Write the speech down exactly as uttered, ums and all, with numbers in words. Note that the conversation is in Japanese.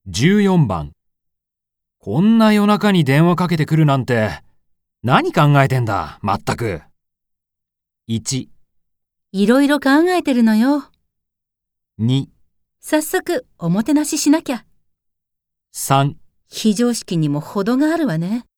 じゅうよんばん。こんな夜中に電話かけてくるなんて、何考えてんだ、まったく。いち、 いろいろ考えてるのよ。 に、 早速おもてなししなきゃ。 さん、 非常識にも程があるわね。